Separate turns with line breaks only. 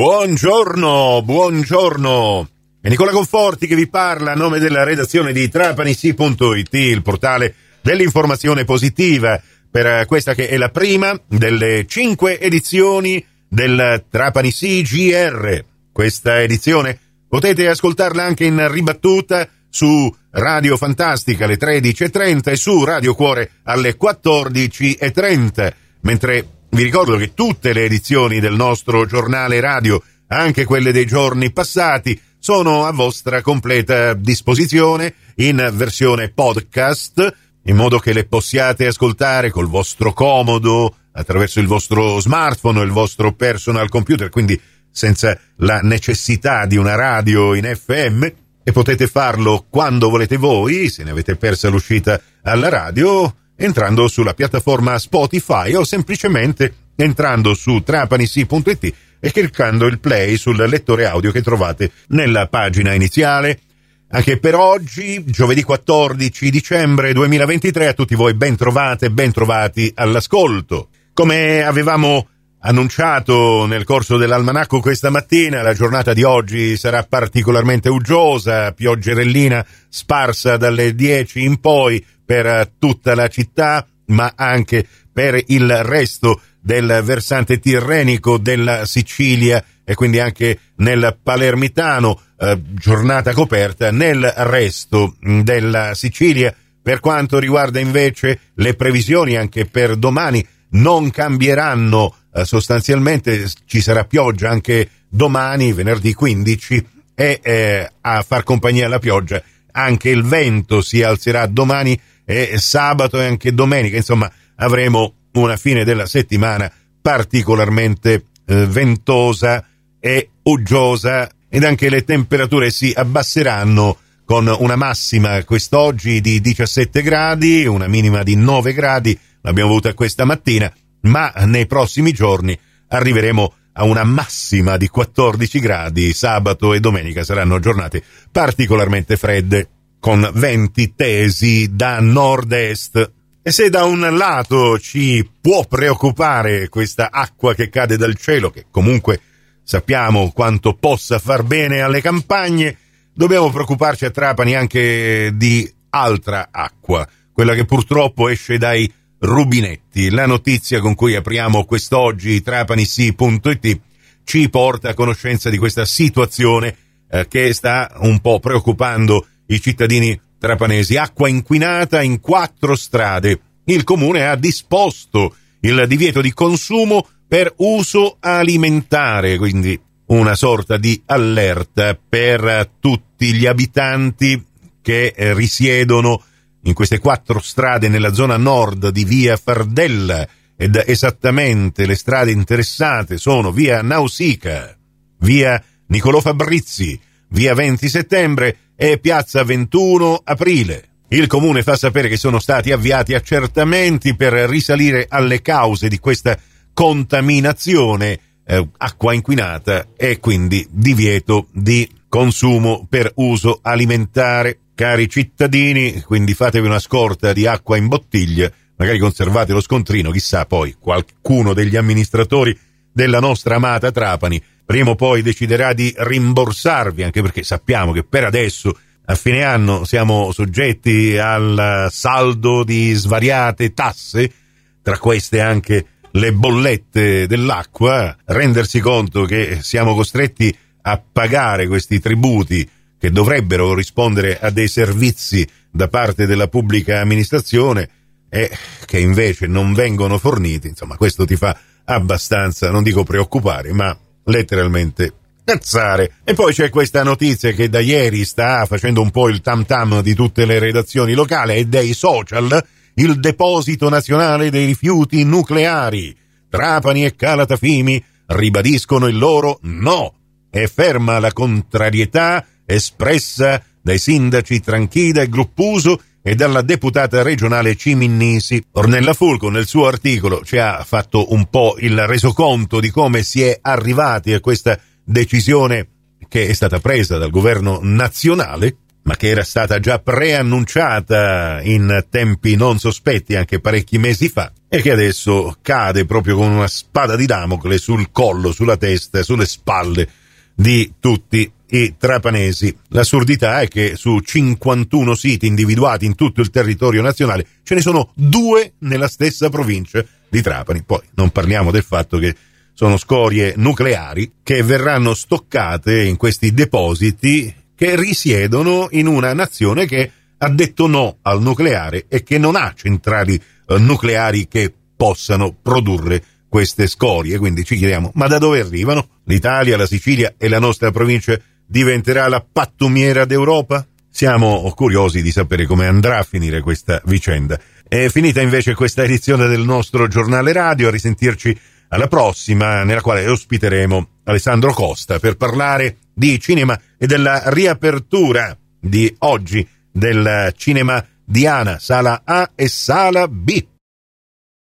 Buongiorno. È Nicola Conforti che vi parla a nome della redazione di TrapaniSì.it, il portale dell'informazione positiva, per questa che è la prima delle 5 edizioni del Trapanisì GR. Questa edizione potete ascoltarla anche in ribattuta su Radio Fantastica alle 13.30 e su Radio Cuore alle 14.30, mentre vi ricordo che tutte le edizioni del nostro giornale radio, anche quelle dei giorni passati, sono a vostra completa disposizione in versione podcast, in modo che le possiate ascoltare col vostro comodo, attraverso il vostro smartphone o il vostro personal computer, quindi senza la necessità di una radio in FM, e potete farlo quando volete voi, se ne avete persa l'uscita alla radio, entrando sulla piattaforma Spotify o semplicemente entrando su Trapanisì.it e cliccando il play sul lettore audio che trovate nella pagina iniziale. Anche per oggi, giovedì 14 dicembre 2023, a tutti voi ben trovate e ben trovati all'ascolto. Come avevamo annunciato nel corso dell'almanacco questa mattina, la giornata di oggi sarà particolarmente uggiosa, pioggerellina sparsa dalle 10 in poi per tutta la città, ma anche per il resto del versante tirrenico della Sicilia e quindi anche nel palermitano, giornata coperta nel resto della Sicilia. Per quanto riguarda invece le previsioni, anche per domani non cambieranno sostanzialmente, ci sarà pioggia anche domani, venerdì 15, e a far compagnia alla pioggia anche il vento si alzerà domani e sabato e anche domenica. Insomma, avremo una fine della settimana particolarmente ventosa e uggiosa, ed anche le temperature si abbasseranno con una massima quest'oggi di 17 gradi, una minima di 9 gradi, l'abbiamo avuta questa mattina, ma nei prossimi giorni arriveremo a una massima di 14 gradi. Sabato e domenica saranno giornate particolarmente fredde, con venti tesi da nord-est. E se da un lato ci può preoccupare questa acqua che cade dal cielo, che comunque sappiamo quanto possa far bene alle campagne, dobbiamo preoccuparci a Trapani anche di altra acqua, quella che purtroppo esce dai rubinetti. La notizia con cui apriamo quest'oggi Trapanisì.it ci porta a conoscenza di questa situazione che sta un po' preoccupando i cittadini trapanesi. Acqua inquinata in 4 strade. Il comune ha disposto il divieto di consumo per uso alimentare, quindi una sorta di allerta per tutti gli abitanti che risiedono in queste 4 strade nella zona nord di via Fardella, ed esattamente le strade interessate sono via Nausica, via Niccolò Fabrizi, via 20 settembre e piazza 21 aprile. Il comune fa sapere che sono stati avviati accertamenti per risalire alle cause di questa contaminazione, acqua inquinata, e quindi divieto di consumo per uso alimentare. Cari cittadini, quindi fatevi una scorta di acqua in bottiglia, magari conservate lo scontrino, chissà poi qualcuno degli amministratori della nostra amata Trapani prima o poi deciderà di rimborsarvi, anche perché sappiamo che per adesso a fine anno siamo soggetti al saldo di svariate tasse, tra queste anche le bollette dell'acqua. Rendersi conto che siamo costretti a pagare questi tributi che dovrebbero corrispondere a dei servizi da parte della pubblica amministrazione e che invece non vengono forniti, insomma, questo ti fa abbastanza, non dico preoccupare, ma letteralmente cazzare. E poi c'è questa notizia che da ieri sta facendo un po' il tam tam di tutte le redazioni locali e dei social: il Deposito Nazionale dei Rifiuti Nucleari. Trapani e Calatafimi ribadiscono il loro no e ferma la contrarietà espressa dai sindaci Tranchida e Gruppuso e dalla deputata regionale Ciminnisi. Ornella Fulco nel suo articolo ci ha fatto un po' il resoconto di come si è arrivati a questa decisione che è stata presa dal governo nazionale, ma che era stata già preannunciata in tempi non sospetti anche parecchi mesi fa e che adesso cade proprio con una spada di Damocle sul collo, sulla testa, sulle spalle di tutti i trapanesi. L'assurdità è che su 51 siti individuati in tutto il territorio nazionale ce ne sono 2 nella stessa provincia di Trapani. Poi non parliamo del fatto che sono scorie nucleari che verranno stoccate in questi depositi che risiedono in una nazione che ha detto no al nucleare e che non ha centrali nucleari che possano produrre queste scorie. Quindi ci chiediamo, ma da dove arrivano? L'Italia, la Sicilia e la nostra provincia diventerà la pattumiera d'Europa? Siamo curiosi di sapere come andrà a finire questa vicenda. È finita invece questa edizione del nostro giornale radio, a risentirci alla prossima, nella quale ospiteremo Alessandro Costa per parlare di cinema e della riapertura di oggi del Cinema Diana, Sala A e Sala B.